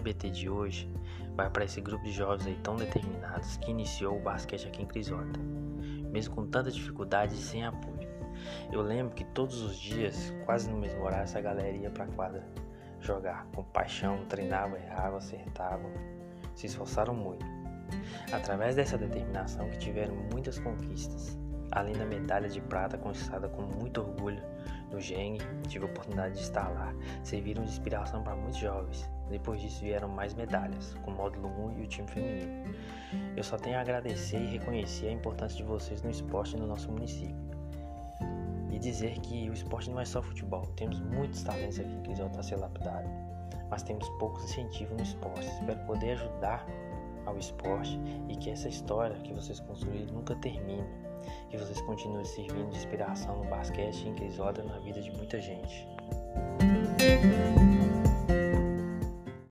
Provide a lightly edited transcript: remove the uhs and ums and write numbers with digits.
TBT de hoje vai para esse grupo de jovens aí tão determinados que iniciou o basquete aqui em Crisóstomo, mesmo com tanta dificuldade e sem apoio. Eu lembro que todos os dias, quase no mesmo horário, essa galera ia pra quadra jogar com paixão, treinavam, erravam, acertavam, se esforçaram muito. Através dessa determinação que tiveram muitas conquistas, além da medalha de prata conquistada com muito orgulho no GENG, tive a oportunidade de estar lá, serviram de inspiração para muitos jovens. Depois disso vieram mais medalhas, com o módulo 1 e o time feminino. Eu só tenho a agradecer e reconhecer a importância de vocês no esporte no nosso município. E dizer que o esporte não é só futebol, temos muitos talentos aqui em Crisóstomo a ser lapidado, mas temos pouco incentivo no esporte. Espero poder ajudar ao esporte e que essa história que vocês construíram nunca termine, que vocês continuem servindo de inspiração no basquete em Crisóstomo e na vida de muita gente.